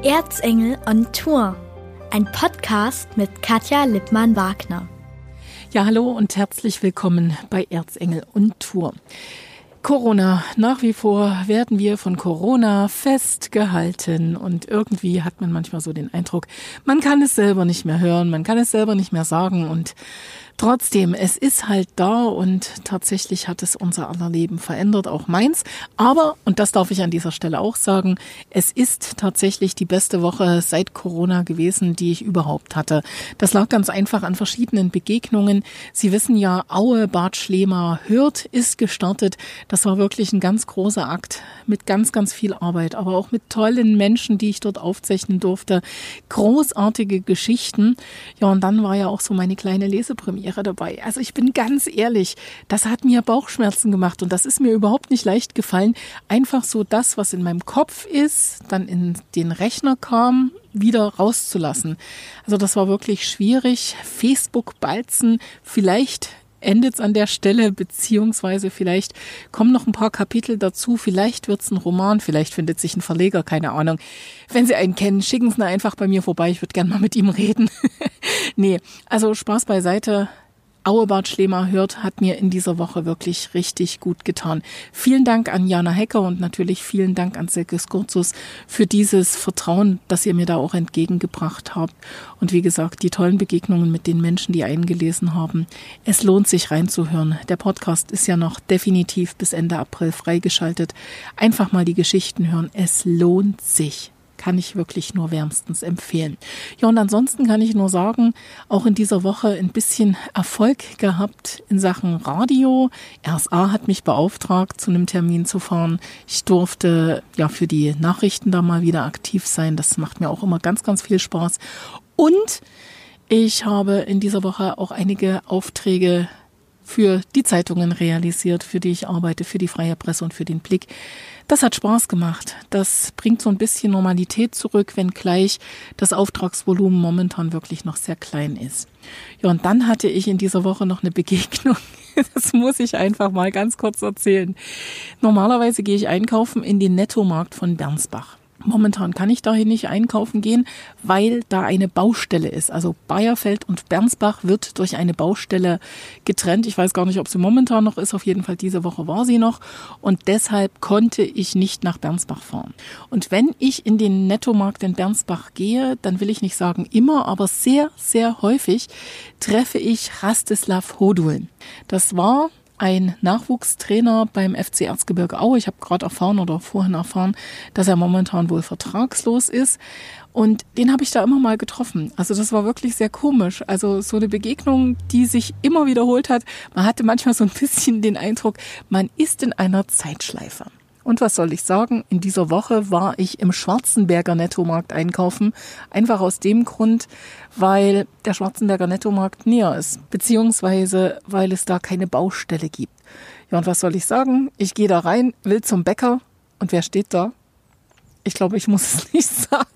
Erzengel on Tour, ein Podcast mit Katja Lippmann-Wagner. Ja, hallo und herzlich willkommen bei Erzengel on Tour. Corona, nach wie vor werden wir von Corona festgehalten und irgendwie hat man manchmal so den Eindruck, man kann es selber nicht mehr hören, man kann es selber nicht mehr sagen und trotzdem, es ist halt da und tatsächlich hat es unser aller Leben verändert, auch meins. Aber, und das darf ich an dieser Stelle auch sagen, es ist tatsächlich die beste Woche seit Corona gewesen, die ich überhaupt hatte. Das lag ganz einfach an verschiedenen Begegnungen. Sie wissen ja, Aue, Bad Schlema, Hürth ist gestartet. Das war wirklich ein ganz großer Akt mit ganz, ganz viel Arbeit, aber auch mit tollen Menschen, die ich dort aufzeichnen durfte. Großartige Geschichten. Ja, und dann war ja auch so meine kleine Lesepremiere dabei. Also ich bin ganz ehrlich, das hat mir Bauchschmerzen gemacht und das ist mir überhaupt nicht leicht gefallen. Einfach so das, was in meinem Kopf ist, dann in den Rechner kam, wieder rauszulassen. Also das war wirklich schwierig. Facebook-Balzen, vielleicht endet es an der Stelle, beziehungsweise vielleicht kommen noch ein paar Kapitel dazu, vielleicht wird es ein Roman, vielleicht findet sich ein Verleger, keine Ahnung. Wenn Sie einen kennen, schicken Sie ihn einfach bei mir vorbei, ich würde gerne mal mit ihm reden. Nee, also Spaß beiseite. Aue, Bad Schlema, Hürth hat mir in dieser Woche wirklich richtig gut getan. Vielen Dank an Jana Hecker und natürlich vielen Dank an Silke Skurzus für dieses Vertrauen, das ihr mir da auch entgegengebracht habt. Und wie gesagt, die tollen Begegnungen mit den Menschen, die eingelesen haben. Es lohnt sich reinzuhören. Der Podcast ist ja noch definitiv bis Ende April freigeschaltet. Einfach mal die Geschichten hören. Es lohnt sich. Kann ich wirklich nur wärmstens empfehlen. Ja, und ansonsten kann ich nur sagen, auch in dieser Woche ein bisschen Erfolg gehabt in Sachen Radio. RSA hat mich beauftragt, zu einem Termin zu fahren. Ich durfte ja für die Nachrichten da mal wieder aktiv sein. Das macht mir auch immer ganz, ganz viel Spaß. Und ich habe in dieser Woche auch einige Aufträge für die Zeitungen realisiert, für die ich arbeite, für die Freie Presse und für den Blick. Das hat Spaß gemacht. Das bringt so ein bisschen Normalität zurück, wenngleich das Auftragsvolumen momentan wirklich noch sehr klein ist. Ja, und dann hatte ich in dieser Woche noch eine Begegnung. Das muss ich einfach mal ganz kurz erzählen. Normalerweise gehe ich einkaufen in den Nettomarkt von Bernsbach. Momentan kann ich dahin nicht einkaufen gehen, weil da eine Baustelle ist. Also Bayerfeld und Bernsbach wird durch eine Baustelle getrennt. Ich weiß gar nicht, ob sie momentan noch ist. Auf jeden Fall diese Woche war sie noch. Und deshalb konnte ich nicht nach Bernsbach fahren. Und wenn ich in den Nettomarkt in Bernsbach gehe, dann will ich nicht sagen immer, aber sehr, sehr häufig treffe ich Rastislav Hodul. Das war ein Nachwuchstrainer beim FC Erzgebirge Aue. Ich habe gerade vorhin erfahren, dass er momentan wohl vertragslos ist. Und den habe ich da immer mal getroffen. Also das war wirklich sehr komisch. Also so eine Begegnung, die sich immer wiederholt hat. Man hatte manchmal so ein bisschen den Eindruck, man ist in einer Zeitschleife. Und was soll ich sagen? In dieser Woche war ich im Schwarzenberger Nettomarkt einkaufen. Einfach aus dem Grund, weil der Schwarzenberger Nettomarkt näher ist. Beziehungsweise, weil es da keine Baustelle gibt. Ja, und was soll ich sagen? Ich gehe da rein, will zum Bäcker. Und wer steht da? Ich glaube, ich muss es nicht sagen.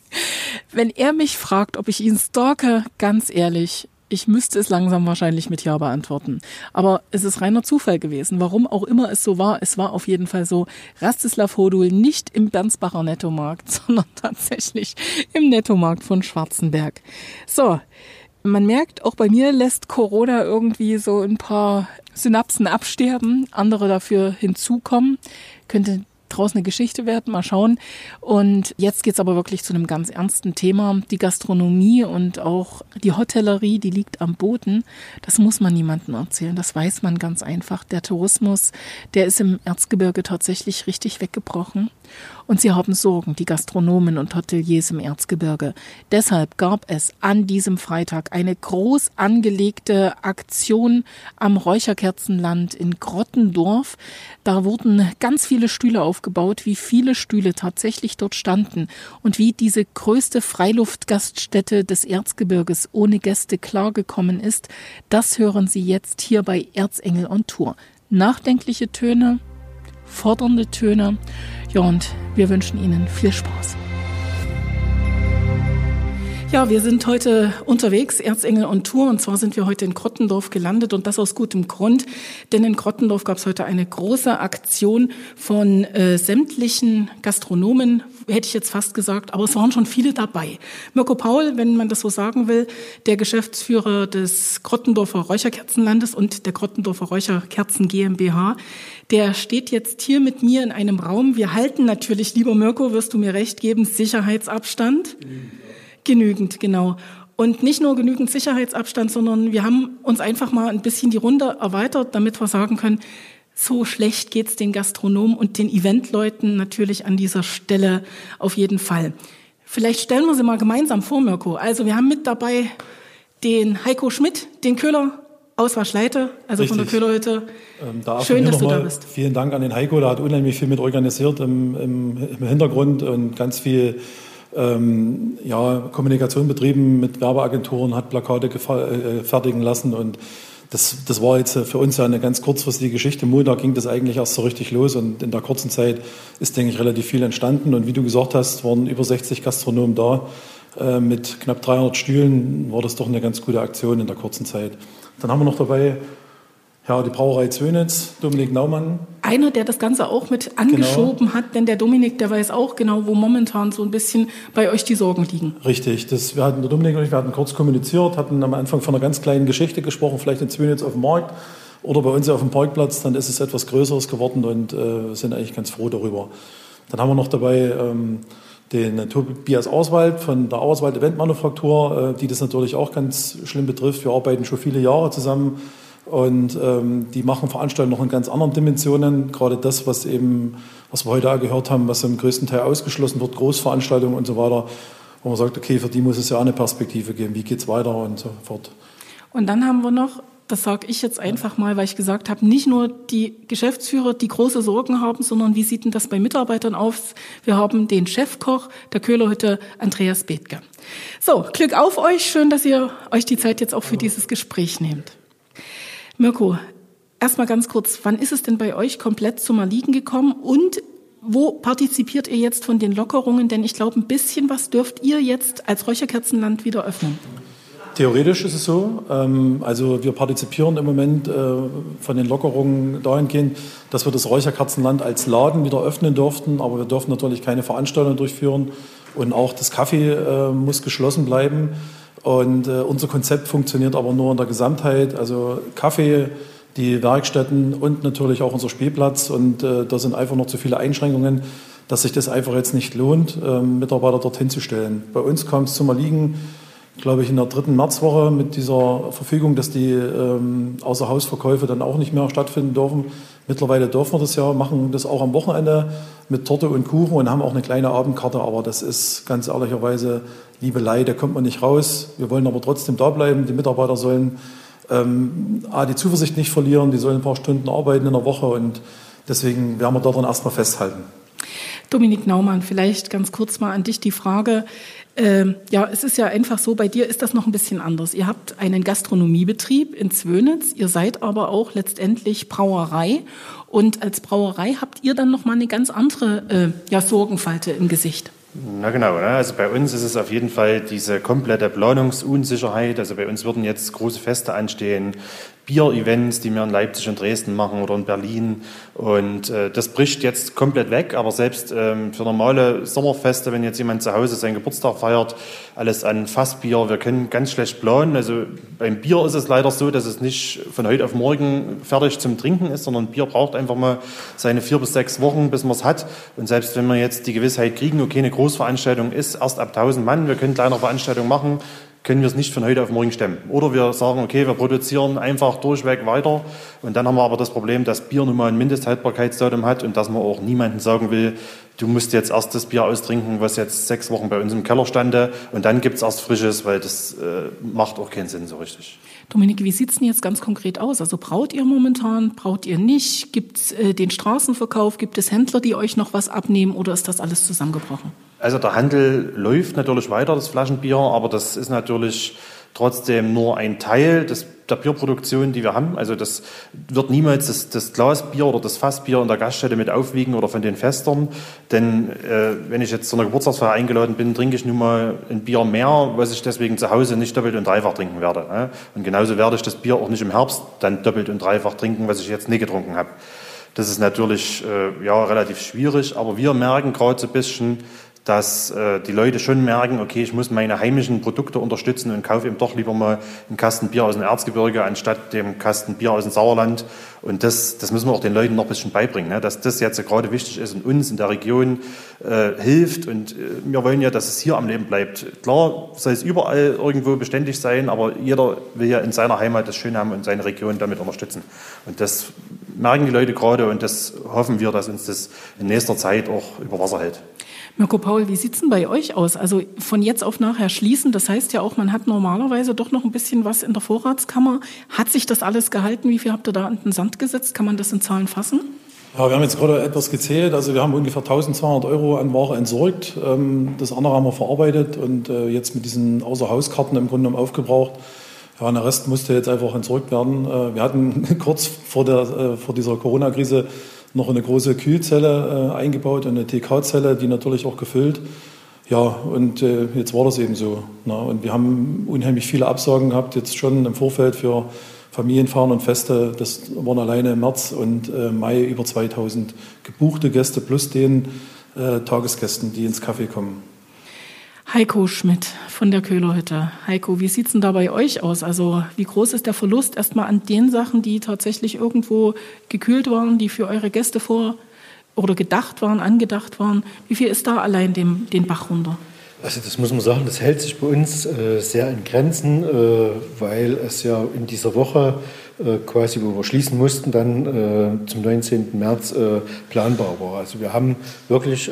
Wenn er mich fragt, ob ich ihn stalke, ganz ehrlich, ich müsste es langsam wahrscheinlich mit Ja beantworten. Aber es ist reiner Zufall gewesen. Warum auch immer es so war, es war auf jeden Fall so. Rastislav Hodul nicht im Bernsbacher Nettomarkt, sondern tatsächlich im Nettomarkt von Schwarzenberg. So, man merkt, auch bei mir lässt Corona irgendwie so ein paar Synapsen absterben, andere dafür hinzukommen. Könnte draußen eine Geschichte werden, mal schauen. Und jetzt geht's aber wirklich zu einem ganz ernsten Thema. Die Gastronomie und auch die Hotellerie, die liegt am Boden. Das muss man niemandem erzählen, das weiß man ganz einfach. Der Tourismus, der ist im Erzgebirge tatsächlich richtig weggebrochen. Und sie haben Sorgen, die Gastronomen und Hoteliers im Erzgebirge. Deshalb gab es an diesem Freitag eine groß angelegte Aktion am Räucherkerzenland in Grottendorf. Da wurden ganz viele Stühle aufgebaut, wie viele Stühle tatsächlich dort standen und wie diese größte Freiluftgaststätte des Erzgebirges ohne Gäste klargekommen ist. Das hören Sie jetzt hier bei Erzengel on Tour. Nachdenkliche Töne, fordernde Töne. Ja, und wir wünschen Ihnen viel Spaß. Ja, wir sind heute unterwegs, Erzengel on Tour, und zwar sind wir heute in Grottendorf gelandet und das aus gutem Grund, denn in Grottendorf gab es heute eine große Aktion von sämtlichen Gastronomen, hätte ich jetzt fast gesagt, aber es waren schon viele dabei. Mirko Paul, wenn man das so sagen will, der Geschäftsführer des Grottendorfer Räucherkerzenlandes und der Grottendorfer Räucherkerzen GmbH, der steht jetzt hier mit mir in einem Raum. Wir halten natürlich, lieber Mirko, wirst du mir recht geben, Sicherheitsabstand. Genügend, genau. Und nicht nur genügend Sicherheitsabstand, sondern wir haben uns einfach mal ein bisschen die Runde erweitert, damit wir sagen können, so schlecht geht's den Gastronomen und den Eventleuten natürlich an dieser Stelle auf jeden Fall. Vielleicht stellen wir sie mal gemeinsam vor, Mirko. Also wir haben mit dabei den Heiko Schmidt, den Köhler aus Waschleite, also Richtig. Von der Köhlerhütte. Schön, dass du da bist. Vielen Dank an den Heiko, der hat unheimlich viel mit organisiert im Hintergrund und ganz viel Kommunikation betrieben mit Werbeagenturen, hat Plakate fertigen lassen und das war jetzt für uns ja eine ganz kurzfristige Geschichte. Montag ging das eigentlich erst so richtig los und in der kurzen Zeit ist, denke ich, relativ viel entstanden. Und wie du gesagt hast, waren über 60 Gastronomen da. Mit knapp 300 Stühlen war das doch eine ganz gute Aktion in der kurzen Zeit. Dann haben wir noch dabei die Brauerei Zwönitz, Dominik Naumann. Einer, der das Ganze auch mit angeschoben hat, denn der Dominik, der weiß auch genau, wo momentan so ein bisschen bei euch die Sorgen liegen. Richtig, der Dominik und ich, wir hatten kurz kommuniziert, hatten am Anfang von einer ganz kleinen Geschichte gesprochen, vielleicht in Zwönitz auf dem Markt oder bei uns auf dem Parkplatz, dann ist es etwas Größeres geworden und sind eigentlich ganz froh darüber. Dann haben wir noch dabei den Tobias Auswald von der Auswald Eventmanufaktur, die das natürlich auch ganz schlimm betrifft. Wir arbeiten schon viele Jahre zusammen. Und die machen Veranstaltungen noch in ganz anderen Dimensionen. Gerade das, was wir heute auch gehört haben, was im größten Teil ausgeschlossen wird, Großveranstaltungen und so weiter, wo man sagt, okay, für die muss es ja auch eine Perspektive geben. Wie geht's weiter und so fort. Und dann haben wir noch, das sage ich jetzt einfach mal, weil ich gesagt habe, nicht nur die Geschäftsführer, die große Sorgen haben, sondern wie sieht denn das bei Mitarbeitern aus? Wir haben den Chefkoch der Köhlerhütte, Andreas Bethke. So, Glück auf euch. Schön, dass ihr euch die Zeit jetzt auch für dieses Gespräch nehmt. Mirko, erstmal ganz kurz, wann ist es denn bei euch komplett zum Erliegen gekommen und wo partizipiert ihr jetzt von den Lockerungen? Denn ich glaube, ein bisschen was dürft ihr jetzt als Räucherkerzenland wieder öffnen. Theoretisch ist es so. Also wir partizipieren im Moment von den Lockerungen dahingehend, dass wir das Räucherkerzenland als Laden wieder öffnen durften. Aber wir dürfen natürlich keine Veranstaltungen durchführen und auch das Café muss geschlossen bleiben. Und unser Konzept funktioniert aber nur in der Gesamtheit, also Kaffee, die Werkstätten und natürlich auch unser Spielplatz. Und da sind einfach noch zu viele Einschränkungen, dass sich das einfach jetzt nicht lohnt, Mitarbeiter dorthin zu stellen. Bei uns kam es zum Erliegen, glaube ich, in der 3. Märzwoche mit dieser Verfügung, dass die Außerhausverkäufe dann auch nicht mehr stattfinden dürfen. Mittlerweile dürfen wir das ja, machen das auch am Wochenende mit Torte und Kuchen und haben auch eine kleine Abendkarte. Aber das ist ganz ehrlicherweise Liebelei, da kommt man nicht raus. Wir wollen aber trotzdem da bleiben. Die Mitarbeiter sollen die Zuversicht nicht verlieren, die sollen ein paar Stunden arbeiten in der Woche und deswegen werden wir daran erstmal festhalten. Dominik Naumann, vielleicht ganz kurz mal an dich die Frage. Es ist ja einfach so, bei dir ist das noch ein bisschen anders. Ihr habt einen Gastronomiebetrieb in Zwönitz, ihr seid aber auch letztendlich Brauerei und als Brauerei habt ihr dann noch mal eine ganz andere Sorgenfalte im Gesicht. Na genau, also bei uns ist es auf jeden Fall diese komplette Planungsunsicherheit. Also bei uns würden jetzt große Feste anstehen, Bier-Events, die wir in Leipzig und Dresden machen oder in Berlin. Und das bricht jetzt komplett weg. Aber selbst für normale Sommerfeste, wenn jetzt jemand zu Hause seinen Geburtstag feiert, alles an Fassbier, wir können ganz schlecht planen. Also beim Bier ist es leider so, dass es nicht von heute auf morgen fertig zum Trinken ist, sondern Bier braucht einfach mal seine 4 bis 6 Wochen, bis man es hat. Und selbst wenn wir jetzt die Gewissheit kriegen, okay, eine Großveranstaltung ist erst ab 1000 Mann, wir können kleine Veranstaltungen machen, können wir es nicht von heute auf morgen stemmen. Oder wir sagen, okay, wir produzieren einfach durchweg weiter. Und dann haben wir aber das Problem, dass Bier nun mal ein Mindesthaltbarkeitsdatum hat und dass man auch niemandem sagen will, du musst jetzt erst das Bier austrinken, was jetzt 6 Wochen bei uns im Keller stande und dann gibt es erst Frisches, weil das macht auch keinen Sinn so richtig. Dominik, wie sieht es denn jetzt ganz konkret aus? Also braut ihr momentan, braut ihr nicht? Gibt es den Straßenverkauf? Gibt es Händler, die euch noch was abnehmen oder ist das alles zusammengebrochen? Also der Handel läuft natürlich weiter, das Flaschenbier, aber das ist natürlich trotzdem nur ein Teil der Bierproduktion, die wir haben. Also das wird niemals das Glasbier oder das Fassbier in der Gaststätte mit aufwiegen oder von den Festern. Denn wenn ich jetzt zu einer Geburtstagsfeier eingeladen bin, trinke ich nun mal ein Bier mehr, was ich deswegen zu Hause nicht doppelt und dreifach trinken werde. Ne? Und genauso werde ich das Bier auch nicht im Herbst dann doppelt und dreifach trinken, was ich jetzt nie getrunken habe. Das ist natürlich relativ schwierig, aber wir merken gerade so ein bisschen, dass die Leute schon merken, okay, ich muss meine heimischen Produkte unterstützen und kaufe eben doch lieber mal einen Kasten Bier aus dem Erzgebirge anstatt dem Kasten Bier aus dem Sauerland. Und das müssen wir auch den Leuten noch ein bisschen beibringen, ne? Dass das jetzt gerade wichtig ist und uns in der Region hilft. Und wir wollen ja, dass es hier am Leben bleibt. Klar soll es überall irgendwo beständig sein, aber jeder will ja in seiner Heimat das schön haben und seine Region damit unterstützen. Und das merken die Leute gerade und das hoffen wir, dass uns das in nächster Zeit auch über Wasser hält. Mirko Paul, wie sieht's denn bei euch aus? Also von jetzt auf nachher schließen, das heißt ja auch, man hat normalerweise doch noch ein bisschen was in der Vorratskammer. Hat sich das alles gehalten? Wie viel habt ihr da in den Sand gesetzt? Kann man das in Zahlen fassen? Ja, wir haben jetzt gerade etwas gezählt. Also wir haben ungefähr 1.200 € an Ware entsorgt. Das andere haben wir verarbeitet und jetzt mit diesen Außerhauskarten im Grunde genommen aufgebraucht. Ja, und der Rest musste jetzt einfach entsorgt werden. Wir hatten kurz vor dieser Corona-Krise noch eine große Kühlzelle eingebaut und eine TK-Zelle, die natürlich auch gefüllt. Ja, und jetzt war das eben so. Na, und wir haben unheimlich viele Absagen gehabt, jetzt schon im Vorfeld für Familienfeiern und Feste. Das waren alleine im März und Mai über 2.000 gebuchte Gäste plus den Tagesgästen, die ins Café kommen. Heiko Schmidt von der Köhlerhütte. Heiko, wie sieht's denn da bei euch aus? Also wie groß ist der Verlust erstmal an den Sachen, die tatsächlich irgendwo gekühlt waren, die für eure Gäste gedacht waren, angedacht waren? Wie viel ist da allein den Bach runter? Also das muss man sagen, das hält sich bei uns sehr in Grenzen, weil es ja in dieser Woche quasi, wo wir schließen mussten, dann zum 19. März planbar war. Also wir haben wirklich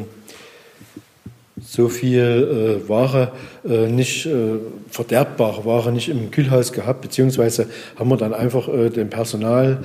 so viel Ware, verderbbare Ware nicht im Kühlhaus gehabt, beziehungsweise haben wir dann einfach dem Personal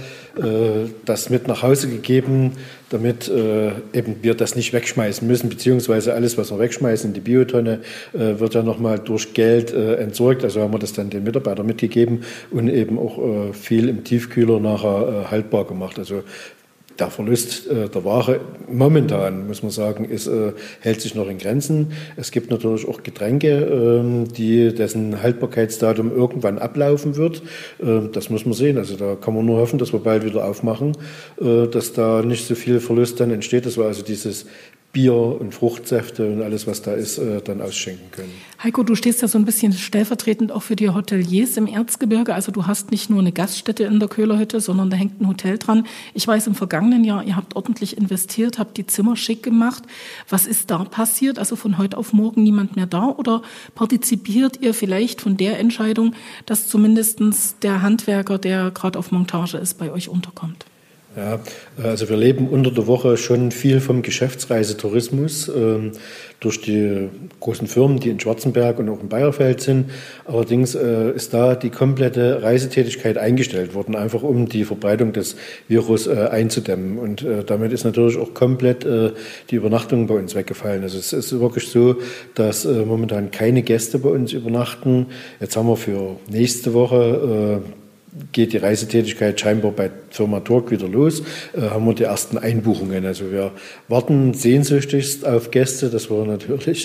das mit nach Hause gegeben, damit eben wir das nicht wegschmeißen müssen, beziehungsweise alles, was wir wegschmeißen in die Biotonne, wird ja nochmal durch Geld entsorgt. Also haben wir das dann den Mitarbeitern mitgegeben und eben auch viel im Tiefkühler nachher haltbar gemacht. Also der Verlust der Ware momentan, muss man sagen, hält sich noch in Grenzen. Es gibt natürlich auch Getränke, dessen Haltbarkeitsdatum irgendwann ablaufen wird. Das muss man sehen. Also da kann man nur hoffen, dass wir bald wieder aufmachen, dass da nicht so viel Verlust dann entsteht, dass wir also dieses Bier und Fruchtsäfte und alles, was da ist, dann ausschenken können. Heiko, du stehst ja so ein bisschen stellvertretend auch für die Hoteliers im Erzgebirge. Also du hast nicht nur eine Gaststätte in der Köhlerhütte, sondern da hängt ein Hotel dran. Ich weiß, im vergangenen Jahr, ihr habt ordentlich investiert, habt die Zimmer schick gemacht. Was ist da passiert? Also von heute auf morgen niemand mehr da? Oder partizipiert ihr vielleicht von der Entscheidung, dass zumindest der Handwerker, der gerade auf Montage ist, bei euch unterkommt? Ja, also wir leben unter der Woche schon viel vom Geschäftsreisetourismus durch die großen Firmen, die in Schwarzenberg und auch in Bayerfeld sind. Allerdings ist da die komplette Reisetätigkeit eingestellt worden, einfach um die Verbreitung des Virus einzudämmen. Und damit ist natürlich auch komplett die Übernachtung bei uns weggefallen. Also es ist wirklich so, dass momentan keine Gäste bei uns übernachten. Jetzt haben wir für nächste Woche geht die Reisetätigkeit scheinbar bei Firma Turk wieder los, haben wir die ersten Einbuchungen. Also wir warten sehnsüchtigst auf Gäste, dass wir natürlich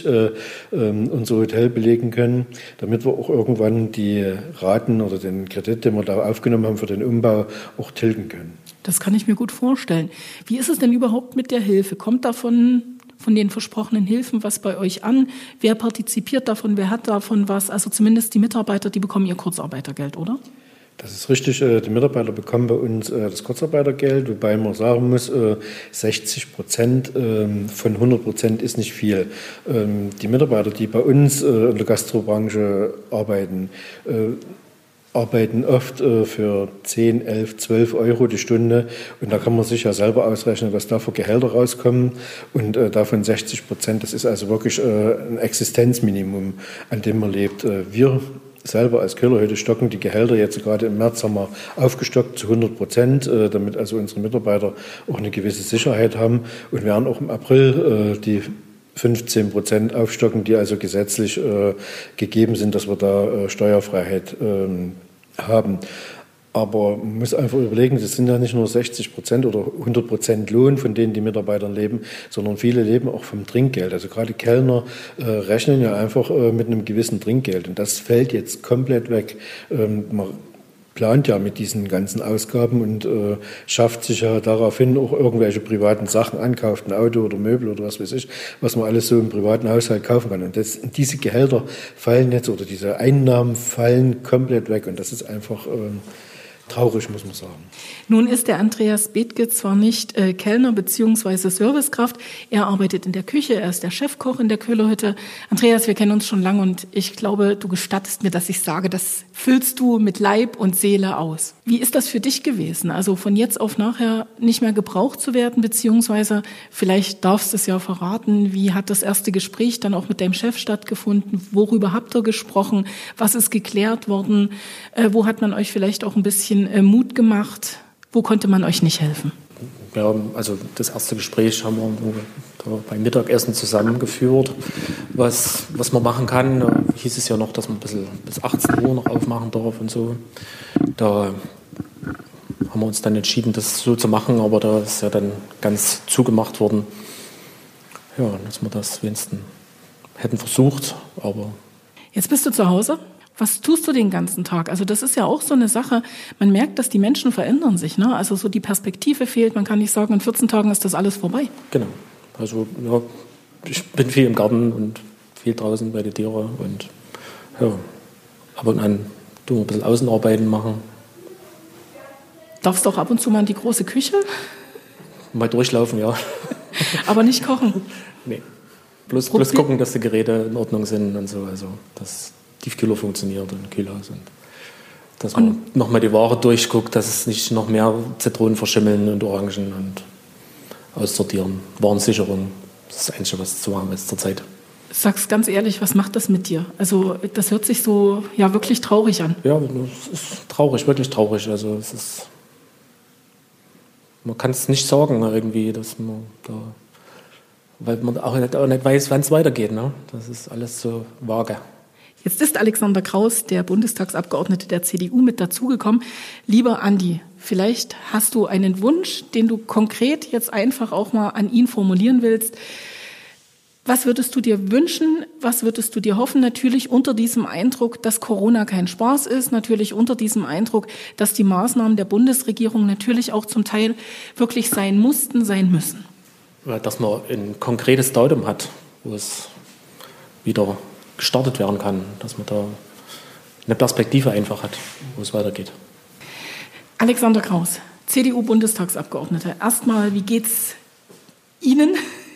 unser Hotel belegen können, damit wir auch irgendwann die Raten oder den Kredit, den wir da aufgenommen haben für den Umbau, auch tilgen können. Das kann ich mir gut vorstellen. Wie ist es denn überhaupt mit der Hilfe? Kommt davon von den versprochenen Hilfen was bei euch an? Wer partizipiert davon? Wer hat davon was? Also zumindest die Mitarbeiter, die bekommen ihr Kurzarbeitergeld, oder? Das ist richtig. Die Mitarbeiter bekommen bei uns das Kurzarbeitergeld, wobei man sagen muss, 60% von 100% ist nicht viel. Die Mitarbeiter, die bei uns in der Gastrobranche arbeiten, arbeiten oft für 10, 11, 12 Euro die Stunde. Und da kann man sich ja selber ausrechnen, was da für Gehälter rauskommen. Und davon 60%, das ist also wirklich ein Existenzminimum, an dem man lebt. Wir selber als Köhlerhütte stocken die Gehälter jetzt gerade im März haben wir aufgestockt zu 100%, damit also unsere Mitarbeiter auch eine gewisse Sicherheit haben und werden auch im April die 15% aufstocken, die also gesetzlich gegeben sind, dass wir da Steuerfreiheit haben. Aber man muss einfach überlegen, das sind ja nicht nur 60% oder 100% Lohn, von denen die Mitarbeiter leben, sondern viele leben auch vom Trinkgeld. Also gerade Kellner rechnen ja einfach mit einem gewissen Trinkgeld. Und das fällt jetzt komplett weg. Man plant ja mit diesen ganzen Ausgaben und schafft sich ja daraufhin auch irgendwelche privaten Sachen an, kauft ein Auto oder Möbel oder was weiß ich, was man alles so im privaten Haushalt kaufen kann. Und diese Gehälter fallen jetzt oder diese Einnahmen fallen komplett weg und das ist einfach traurig, muss man sagen. Nun ist der Andreas Bethke zwar nicht Kellner bzw. Servicekraft, er arbeitet in der Küche, er ist der Chefkoch in der Köhlerhütte. Andreas, wir kennen uns schon lange und ich glaube, du gestattest mir, dass ich sage, das füllst du mit Leib und Seele aus. Wie ist das für dich gewesen? Also von jetzt auf nachher nicht mehr gebraucht zu werden, beziehungsweise vielleicht darfst du es ja verraten, wie hat das erste Gespräch dann auch mit deinem Chef stattgefunden? Worüber habt ihr gesprochen? Was ist geklärt worden? Wo hat man euch vielleicht auch ein bisschen Mut gemacht? Wo konnte man euch nicht helfen? Ja, also das erste Gespräch haben wir da beim Mittagessen zusammengeführt, was man machen kann. Da hieß es ja noch, dass man bis 18 Uhr noch aufmachen darf und so. Da haben wir uns dann entschieden, das so zu machen, aber da ist ja dann ganz zugemacht worden. Ja, dass wir das wenigstens hätten versucht, aber... Jetzt bist du zu Hause. Was tust du den ganzen Tag? Also das ist ja auch so eine Sache, man merkt, dass die Menschen verändern sich, ne? Also so die Perspektive fehlt, man kann nicht sagen, in 14 Tagen ist das alles vorbei. Genau, also ja, ich bin viel im Garten und viel draußen bei den Tieren und ja, ab und an tun wir ein bisschen Außenarbeiten machen. Darfst du auch ab und zu mal in die große Küche? Mal durchlaufen, ja. Aber nicht kochen? Nee, bloß gucken, dass die Geräte in Ordnung sind und so, also das... Tiefkühler funktioniert und Kühlhaus. Und dass man nochmal die Ware durchguckt, dass es nicht noch mehr Zitronen verschimmeln und Orangen und aussortieren. Warensicherung, das ist das Einzige, was zu machen ist zurzeit. Sag's ganz ehrlich, was macht das mit dir? Also das hört sich so ja wirklich traurig an. Ja, es ist traurig, wirklich traurig. Also es ist, man kann es nicht sagen irgendwie, dass man da, weil man auch nicht weiß, wann es weitergeht. Ne? Das ist alles so vage. Jetzt ist Alexander Kraus, der Bundestagsabgeordnete der CDU, mit dazugekommen. Lieber Andi, vielleicht hast du einen Wunsch, den du konkret jetzt einfach auch mal an ihn formulieren willst. Was würdest du dir wünschen? Was würdest du dir hoffen? Natürlich unter diesem Eindruck, dass Corona kein Spaß ist. Natürlich unter diesem Eindruck, dass die Maßnahmen der Bundesregierung natürlich auch zum Teil wirklich sein mussten, sein müssen. Dass man ein konkretes Datum hat, wo es wieder gestartet werden kann, dass man da eine Perspektive einfach hat, wo es weitergeht. Alexander Kraus, CDU-Bundestagsabgeordneter. Erstmal, wie geht's Ihnen?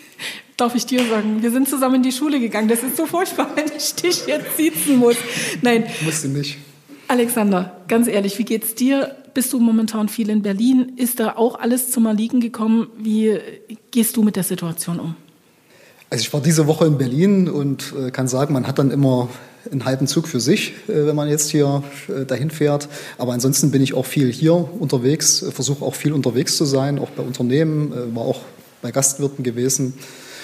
Darf ich dir sagen, wir sind zusammen in die Schule gegangen. Das ist so furchtbar, wenn ich dich jetzt siezen muss. Nein. Musst du nicht. Alexander, ganz ehrlich, wie geht's dir? Bist du momentan viel in Berlin? Ist da auch alles zum Erliegen gekommen? Wie gehst du mit der Situation um? Also ich war diese Woche in Berlin und kann sagen, man hat dann immer einen halben Zug für sich, wenn man jetzt hier dahin fährt. Aber ansonsten bin ich auch viel hier unterwegs, versuche auch viel unterwegs zu sein, auch bei Unternehmen, war auch bei Gastwirten gewesen,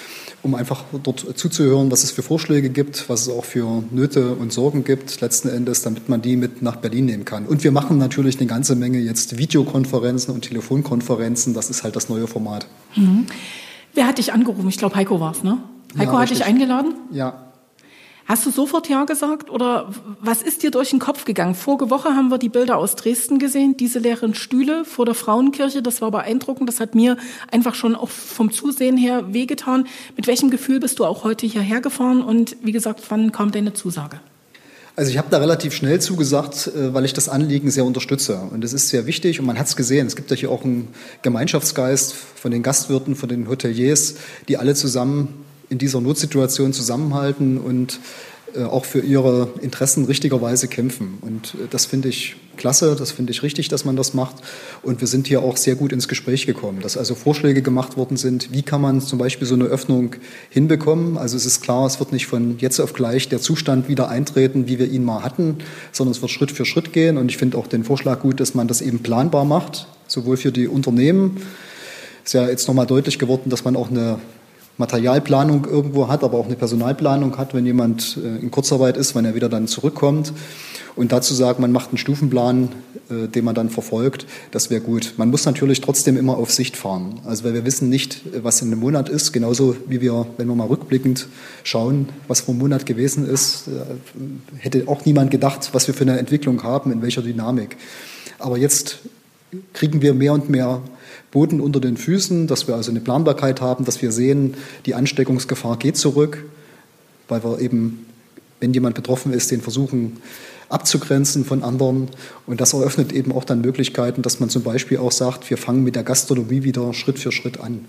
um einfach dort zuzuhören, was es für Vorschläge gibt, was es auch für Nöte und Sorgen gibt, letzten Endes, damit man die mit nach Berlin nehmen kann. Und wir machen natürlich eine ganze Menge jetzt Videokonferenzen und Telefonkonferenzen, das ist halt das neue Format. Mhm. Wer hat dich angerufen? Ich glaube, Heiko war es, ne? Heiko ja, hat dich eingeladen? Ja. Hast du sofort Ja gesagt oder was ist dir durch den Kopf gegangen? Vorige Woche haben wir die Bilder aus Dresden gesehen, diese leeren Stühle vor der Frauenkirche, das war beeindruckend, das hat mir einfach schon auch vom Zusehen her wehgetan. Mit welchem Gefühl bist du auch heute hierher gefahren und wie gesagt, wann kam deine Zusage? Also ich habe da relativ schnell zugesagt, weil ich das Anliegen sehr unterstütze. Und es ist sehr wichtig und man hat es gesehen. Es gibt ja hier auch einen Gemeinschaftsgeist von den Gastwirten, von den Hoteliers, die alle zusammen in dieser Notsituation zusammenhalten und auch für ihre Interessen richtigerweise kämpfen. Und das finde ich klasse, das finde ich richtig, dass man das macht. Und wir sind hier auch sehr gut ins Gespräch gekommen, dass also Vorschläge gemacht worden sind, wie kann man zum Beispiel so eine Öffnung hinbekommen. Also es ist klar, es wird nicht von jetzt auf gleich der Zustand wieder eintreten, wie wir ihn mal hatten, sondern es wird Schritt für Schritt gehen. Und ich finde auch den Vorschlag gut, dass man das eben planbar macht, sowohl für die Unternehmen. Es ist ja jetzt nochmal deutlich geworden, dass man auch eine Materialplanung irgendwo hat, aber auch eine Personalplanung hat, wenn jemand in Kurzarbeit ist, wenn er wieder dann zurückkommt. Und dazu sagt, man macht einen Stufenplan, den man dann verfolgt, das wäre gut. Man muss natürlich trotzdem immer auf Sicht fahren. Also weil wir wissen nicht, was in einem Monat ist, genauso wie wir, wenn wir mal rückblickend schauen, was vor einem Monat gewesen ist, hätte auch niemand gedacht, was wir für eine Entwicklung haben, in welcher Dynamik. Aber jetzt kriegen wir mehr und mehr Boden unter den Füßen, dass wir also eine Planbarkeit haben, dass wir sehen, die Ansteckungsgefahr geht zurück, weil wir eben, wenn jemand betroffen ist, den versuchen abzugrenzen von anderen. Und das eröffnet eben auch dann Möglichkeiten, dass man zum Beispiel auch sagt, wir fangen mit der Gastronomie wieder Schritt für Schritt an.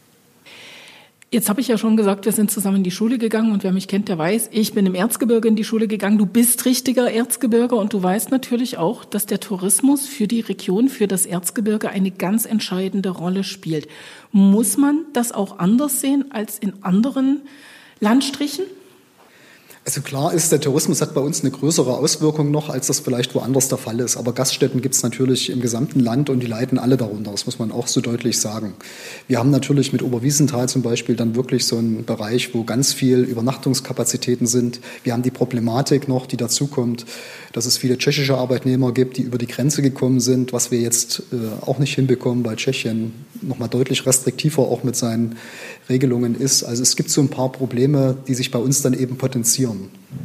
Jetzt habe ich ja schon gesagt, wir sind zusammen in die Schule gegangen und wer mich kennt, der weiß, ich bin im Erzgebirge in die Schule gegangen. Du bist richtiger Erzgebirger und du weißt natürlich auch, dass der Tourismus für die Region, für das Erzgebirge eine ganz entscheidende Rolle spielt. Muss man das auch anders sehen als in anderen Landstrichen? Also klar ist, der Tourismus hat bei uns eine größere Auswirkung noch, als das vielleicht woanders der Fall ist. Aber Gaststätten gibt es natürlich im gesamten Land und die leiden alle darunter. Das muss man auch so deutlich sagen. Wir haben natürlich mit Oberwiesenthal zum Beispiel dann wirklich so einen Bereich, wo ganz viel Übernachtungskapazitäten sind. Wir haben die Problematik noch, die dazukommt, dass es viele tschechische Arbeitnehmer gibt, die über die Grenze gekommen sind, was wir jetzt auch nicht hinbekommen, weil Tschechien noch mal deutlich restriktiver auch mit seinen Regelungen ist. Also es gibt so ein paar Probleme, die sich bei uns dann eben potenzieren.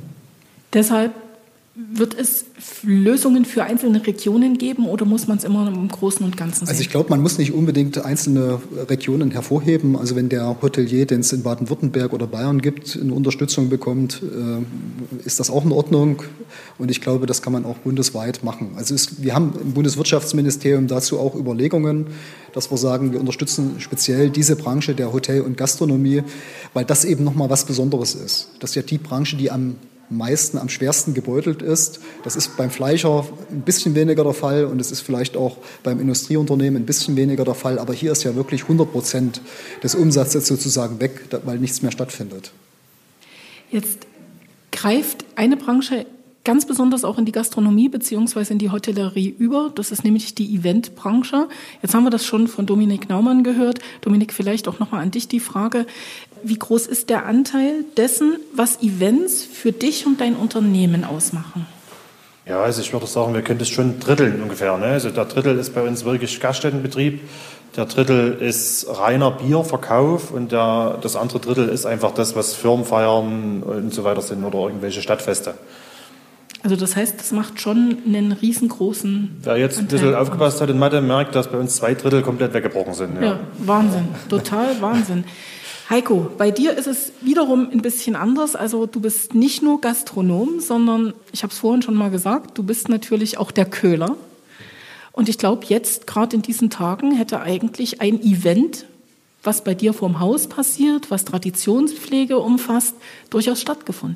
Deshalb wird es Lösungen für einzelne Regionen geben oder muss man es immer im Großen und Ganzen sehen? Also ich glaube, man muss nicht unbedingt einzelne Regionen hervorheben. Also wenn der Hotelier, den es in Baden-Württemberg oder Bayern gibt, eine Unterstützung bekommt, ist das auch in Ordnung. Und ich glaube, das kann man auch bundesweit machen. Also wir haben im Bundeswirtschaftsministerium dazu auch Überlegungen, dass wir sagen, wir unterstützen speziell diese Branche der Hotel- und Gastronomie, weil das eben nochmal was Besonderes ist. Das ist ja die Branche, die am meisten, am schwersten gebeutelt ist. Das ist beim Fleischer ein bisschen weniger der Fall und es ist vielleicht auch beim Industrieunternehmen ein bisschen weniger der Fall. Aber hier ist ja wirklich 100% des Umsatzes sozusagen weg, weil nichts mehr stattfindet. Jetzt greift eine Branche ganz besonders auch in die Gastronomie bzw. in die Hotellerie über. Das ist nämlich die Eventbranche. Jetzt haben wir das schon von Dominik Naumann gehört. Dominik, vielleicht auch nochmal an dich die Frage. Wie groß ist der Anteil dessen, was Events für dich und dein Unternehmen ausmachen? Ja, also ich würde sagen, wir können das schon dritteln ungefähr. Ne? Also der Drittel ist bei uns wirklich Gaststättenbetrieb, der Drittel ist reiner Bierverkauf und das andere Drittel ist einfach das, was Firmenfeiern und so weiter sind oder irgendwelche Stadtfeste. Also das heißt, das macht schon einen riesengroßen Wer jetzt ein bisschen aufgepasst hat in Mathe, merkt, dass bei uns 2/3 komplett weggebrochen sind. Ja, Wahnsinn, total Wahnsinn. Heiko, bei dir ist es wiederum ein bisschen anders. Also du bist nicht nur Gastronom, sondern, ich habe es vorhin schon mal gesagt, du bist natürlich auch der Köhler. Und ich glaube, jetzt, gerade in diesen Tagen, hätte eigentlich ein Event, was bei dir vorm Haus passiert, was Traditionspflege umfasst, durchaus stattgefunden.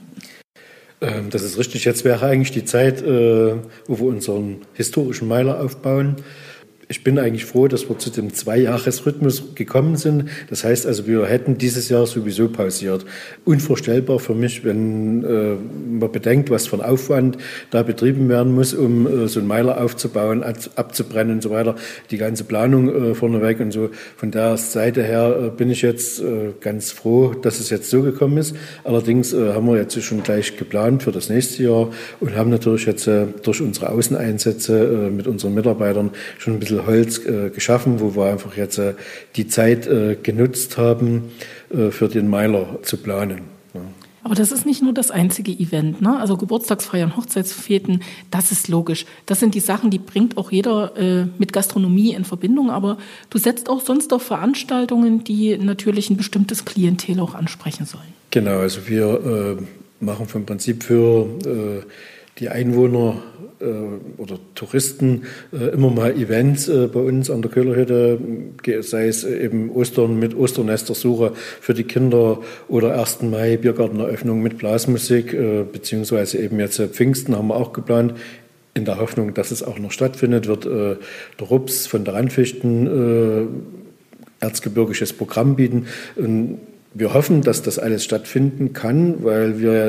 Das ist richtig. Jetzt wäre eigentlich die Zeit, wo wir unseren historischen Meiler aufbauen. Ich bin eigentlich froh, dass wir zu dem 2-Jahres-Rhythmus gekommen sind. Das heißt also, wir hätten dieses Jahr sowieso pausiert. Unvorstellbar für mich, wenn man bedenkt, was für ein Aufwand da betrieben werden muss, um so einen Meiler aufzubauen, abzubrennen und so weiter. Die ganze Planung vorneweg und so. Von der Seite her bin ich jetzt ganz froh, dass es jetzt so gekommen ist. Allerdings haben wir jetzt schon gleich geplant für das nächste Jahr und haben natürlich jetzt durch unsere Außeneinsätze mit unseren Mitarbeitern schon ein bisschen Holz geschaffen, wo wir einfach jetzt die Zeit genutzt haben, für den Meiler zu planen. Ja. Aber das ist nicht nur das einzige Event, ne? Also Geburtstagsfeiern, Hochzeitsfeten, das ist logisch. Das sind die Sachen, die bringt auch jeder mit Gastronomie in Verbindung. Aber du setzt auch sonst auf Veranstaltungen, die natürlich ein bestimmtes Klientel auch ansprechen sollen. Genau, also wir machen vom Prinzip für die Einwohner oder Touristen immer mal Events bei uns an der Köhlerhütte, sei es eben Ostern mit Osternestersuche für die Kinder oder 1. Mai Biergarteneröffnung mit Blasmusik, beziehungsweise eben jetzt Pfingsten haben wir auch geplant. In der Hoffnung, dass es auch noch stattfindet, wird der Rups von der Randfichten erzgebirgisches Programm bieten. Und wir hoffen, dass das alles stattfinden kann, weil wir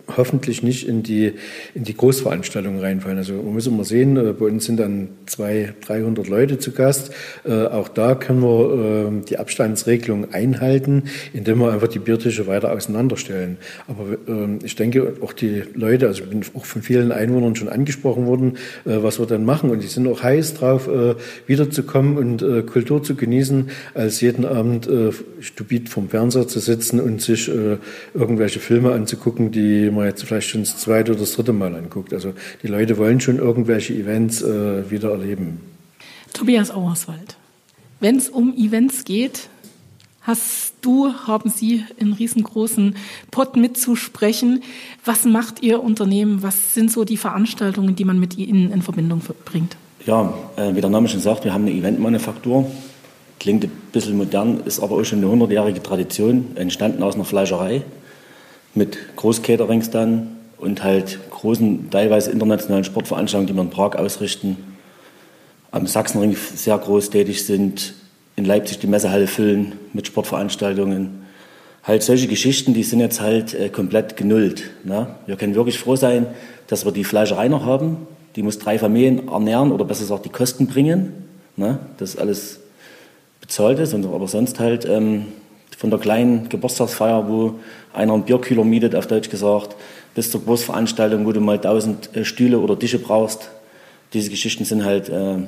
hoffentlich nicht in die Großveranstaltungen reinfallen. Also man muss immer sehen, bei uns sind dann 200-300 Leute zu Gast. Auch da können wir die Abstandsregelung einhalten, indem wir einfach die Biertische weiter auseinanderstellen. Aber ich denke, auch die Leute, also ich bin auch von vielen Einwohnern schon angesprochen worden, was wir dann machen. Und die sind auch heiß drauf, wiederzukommen und Kultur zu genießen, als jeden Abend stupid vorm Fernseher zu sitzen und sich irgendwelche Filme anzugucken, die man jetzt vielleicht schon das zweite oder das dritte Mal anguckt. Also die Leute wollen schon irgendwelche Events wieder erleben. Tobias Auerswald, wenn es um Events geht, haben Sie einen riesengroßen Pott mitzusprechen. Was macht Ihr Unternehmen? Was sind so die Veranstaltungen, die man mit Ihnen in Verbindung bringt? Ja, wie der Name schon sagt, wir haben eine Eventmanufaktur. Klingt ein bisschen modern, ist aber auch schon eine 100-jährige Tradition, entstanden aus einer Fleischerei mit Großcaterings dann und halt großen, teilweise internationalen Sportveranstaltungen, die wir in Prag ausrichten, am Sachsenring sehr groß tätig sind, in Leipzig die Messehalle füllen mit Sportveranstaltungen. Halt solche Geschichten, die sind jetzt halt komplett genullt. Ne? Wir können wirklich froh sein, dass wir die Fleischerei noch haben. Die muss 3 Familien ernähren oder besser gesagt die Kosten bringen, ne? Dass alles bezahlt ist. Aber sonst halt von der kleinen Geburtstagsfeier, wo einer einen Bierkühler mietet, auf Deutsch gesagt, bis zur Großveranstaltung, wo du mal 1000 Stühle oder Tische brauchst. Diese Geschichten sind halt,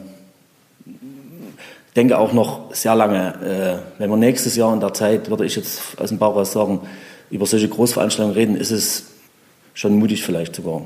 denke auch noch sehr lange. Wenn wir nächstes Jahr in der Zeit, würde ich jetzt aus dem Bauch raus sagen, über solche Großveranstaltungen reden, ist es schon mutig vielleicht sogar.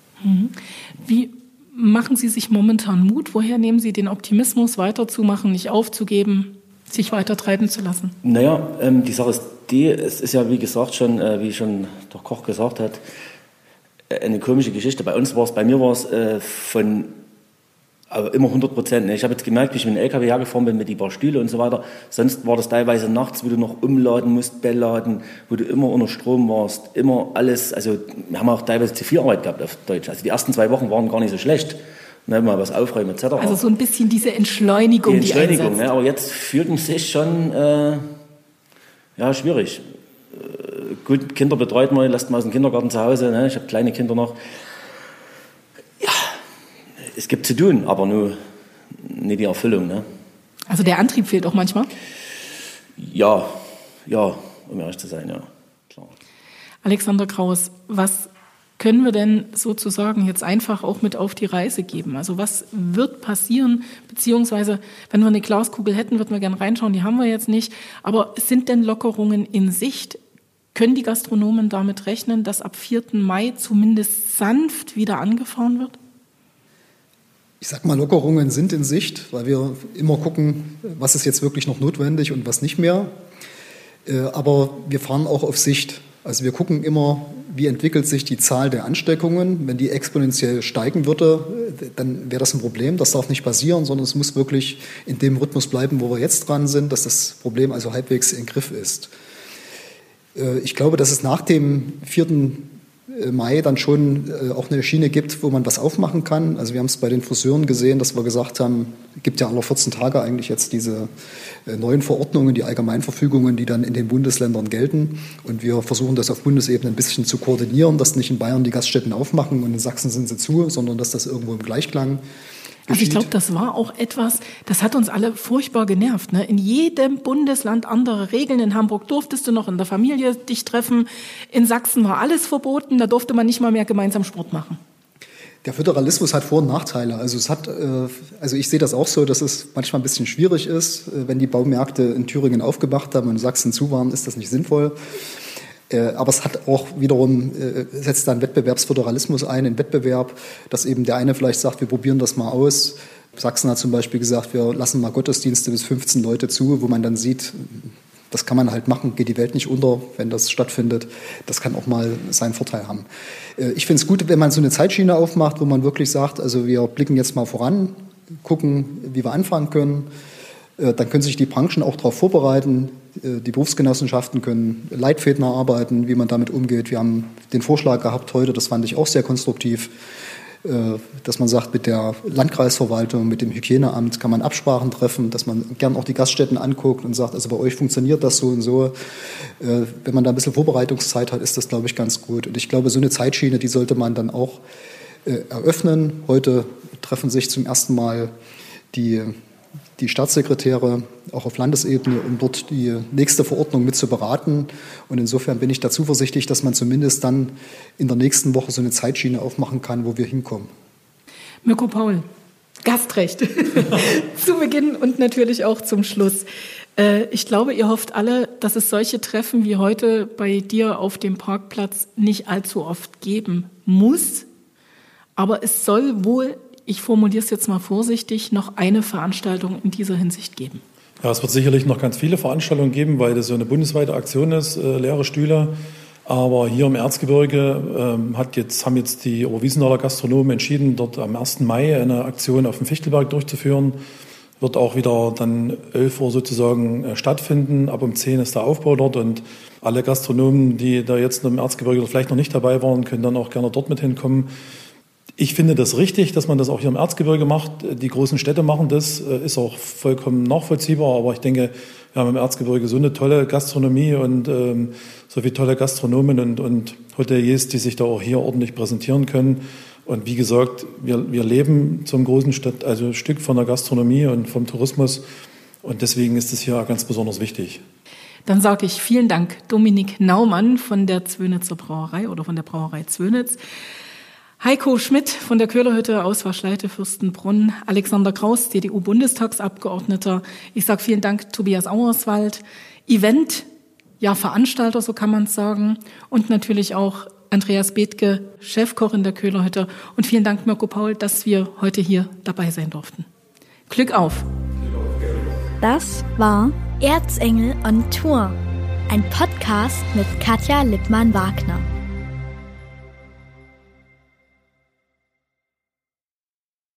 Wie machen Sie sich momentan Mut? Woher nehmen Sie den Optimismus, weiterzumachen, nicht aufzugeben, sich weiter treiben zu lassen? Naja, die Sache ist die, es ist ja wie gesagt schon, wie schon der Koch gesagt hat, eine komische Geschichte. Bei mir war es von immer 100%. Ne? Ich habe jetzt gemerkt, wie ich mit dem LKW hergefahren bin mit die paar Stühle und so weiter. Sonst war das teilweise nachts, wo du noch umladen musst, bellladen, wo du immer unter Strom warst, immer alles. Also wir haben auch teilweise zu viel Arbeit gehabt auf Deutsch. Also die ersten 2 Wochen waren gar nicht so schlecht. Ne, mal was aufräumen etc. Also so ein bisschen diese Entschleunigung, die Entschleunigung, ne? Aber jetzt fühlt man sich schon schwierig. Gut, Kinder betreut man, lässt man aus dem Kindergarten zu Hause. Ne? Ich habe kleine Kinder noch. Ja, es gibt zu tun, aber nur nicht die Erfüllung. Ne? Also der Antrieb fehlt auch manchmal? Ja, um ehrlich zu sein, ja. Klar. Alexander Kraus, was können wir denn sozusagen jetzt einfach auch mit auf die Reise geben? Also was wird passieren, beziehungsweise wenn wir eine Glaskugel hätten, würden wir gerne reinschauen, die haben wir jetzt nicht. Aber sind denn Lockerungen in Sicht? Können die Gastronomen damit rechnen, dass ab 4. Mai zumindest sanft wieder angefahren wird? Ich sag mal, Lockerungen sind in Sicht, weil wir immer gucken, was ist jetzt wirklich noch notwendig und was nicht mehr. Aber wir fahren auch auf Sicht. Also wir gucken immer, wie entwickelt sich die Zahl der Ansteckungen. Wenn die exponentiell steigen würde, dann wäre das ein Problem. Das darf nicht passieren, sondern es muss wirklich in dem Rhythmus bleiben, wo wir jetzt dran sind, dass das Problem also halbwegs im Griff ist. Ich glaube, dass es nach dem 4. Mai dann schon auch eine Schiene gibt, wo man was aufmachen kann. Also wir haben es bei den Friseuren gesehen, dass wir gesagt haben, es gibt ja alle 14 Tage eigentlich jetzt diese neuen Verordnungen, die Allgemeinverfügungen, die dann in den Bundesländern gelten. Und wir versuchen das auf Bundesebene ein bisschen zu koordinieren, dass nicht in Bayern die Gaststätten aufmachen und in Sachsen sind sie zu, sondern dass das irgendwo im Gleichklang Also ich glaube, das war auch etwas, das hat uns alle furchtbar genervt. Ne? In jedem Bundesland andere Regeln. In Hamburg durftest du noch in der Familie dich treffen. In Sachsen war alles verboten. Da durfte man nicht mal mehr gemeinsam Sport machen. Der Föderalismus hat Vor- und Nachteile. Also ich sehe das auch so, dass es manchmal ein bisschen schwierig ist. Wenn die Baumärkte in Thüringen aufgemacht haben und in Sachsen zu waren, ist das nicht sinnvoll. Aber es hat auch wiederum, setzt dann Wettbewerbsföderalismus ein, in Wettbewerb, dass eben der eine vielleicht sagt, wir probieren das mal aus. Sachsen hat zum Beispiel gesagt, wir lassen mal Gottesdienste bis 15 Leute zu, wo man dann sieht, das kann man halt machen, geht die Welt nicht unter, wenn das stattfindet. Das kann auch mal seinen Vorteil haben. Ich finde es gut, wenn man so eine Zeitschiene aufmacht, wo man wirklich sagt, also wir blicken jetzt mal voran, gucken, wie wir anfangen können. Dann können sich die Branchen auch darauf vorbereiten. Die Berufsgenossenschaften können Leitfäden erarbeiten, wie man damit umgeht. Wir haben den Vorschlag gehabt heute, das fand ich auch sehr konstruktiv, dass man sagt, mit der Landkreisverwaltung, mit dem Hygieneamt kann man Absprachen treffen, dass man gern auch die Gaststätten anguckt und sagt, also bei euch funktioniert das so und so. Wenn man da ein bisschen Vorbereitungszeit hat, ist das, glaube ich, ganz gut. Und ich glaube, so eine Zeitschiene, die sollte man dann auch eröffnen. Heute treffen sich zum ersten Mal die Staatssekretäre auch auf Landesebene, um dort die nächste Verordnung mit zu beraten. Und insofern bin ich da zuversichtlich, dass man zumindest dann in der nächsten Woche so eine Zeitschiene aufmachen kann, wo wir hinkommen. Mirko Paul, Gastrecht zu Beginn und natürlich auch zum Schluss. Ich glaube, ihr hofft alle, dass es solche Treffen wie heute bei dir auf dem Parkplatz nicht allzu oft geben muss. Aber es soll wohl, ich formuliere es jetzt mal vorsichtig, noch eine Veranstaltung in dieser Hinsicht geben. Ja, es wird sicherlich noch ganz viele Veranstaltungen geben, weil das so eine bundesweite Aktion ist, leere Stühle. Aber hier im Erzgebirge haben jetzt die Oberwiesenaler Gastronomen entschieden, dort am 1. Mai eine Aktion auf dem Fichtelberg durchzuführen. Wird auch wieder dann 11 Uhr sozusagen stattfinden. Ab um 10 ist der Aufbau dort und alle Gastronomen, die da jetzt im Erzgebirge vielleicht noch nicht dabei waren, können dann auch gerne dort mit hinkommen. Ich finde das richtig, dass man das auch hier im Erzgebirge macht. Die großen Städte machen das, ist auch vollkommen nachvollziehbar. Aber ich denke, wir haben im Erzgebirge so eine tolle Gastronomie und so viele tolle Gastronomen und Hoteliers, die sich da auch hier ordentlich präsentieren können. Und wie gesagt, wir leben zum großen Stück von der Gastronomie und vom Tourismus. Und deswegen ist es hier ganz besonders wichtig. Dann sage ich vielen Dank, Dominik Naumann von der Zwönitzer Brauerei oder von der Brauerei Zwönitz. Heiko Schmidt von der Köhlerhütte aus Waschleite Fürstenbrunn, Alexander Kraus, CDU-Bundestagsabgeordneter. Ich sage vielen Dank, Tobias Auerswald, Veranstalter, so kann man es sagen. Und natürlich auch Andreas Bethke, Chefkoch in der Köhlerhütte. Und vielen Dank, Mirko Paul, dass wir heute hier dabei sein durften. Glück auf! Das war Erzengel on Tour, ein Podcast mit Katja Lippmann-Wagner.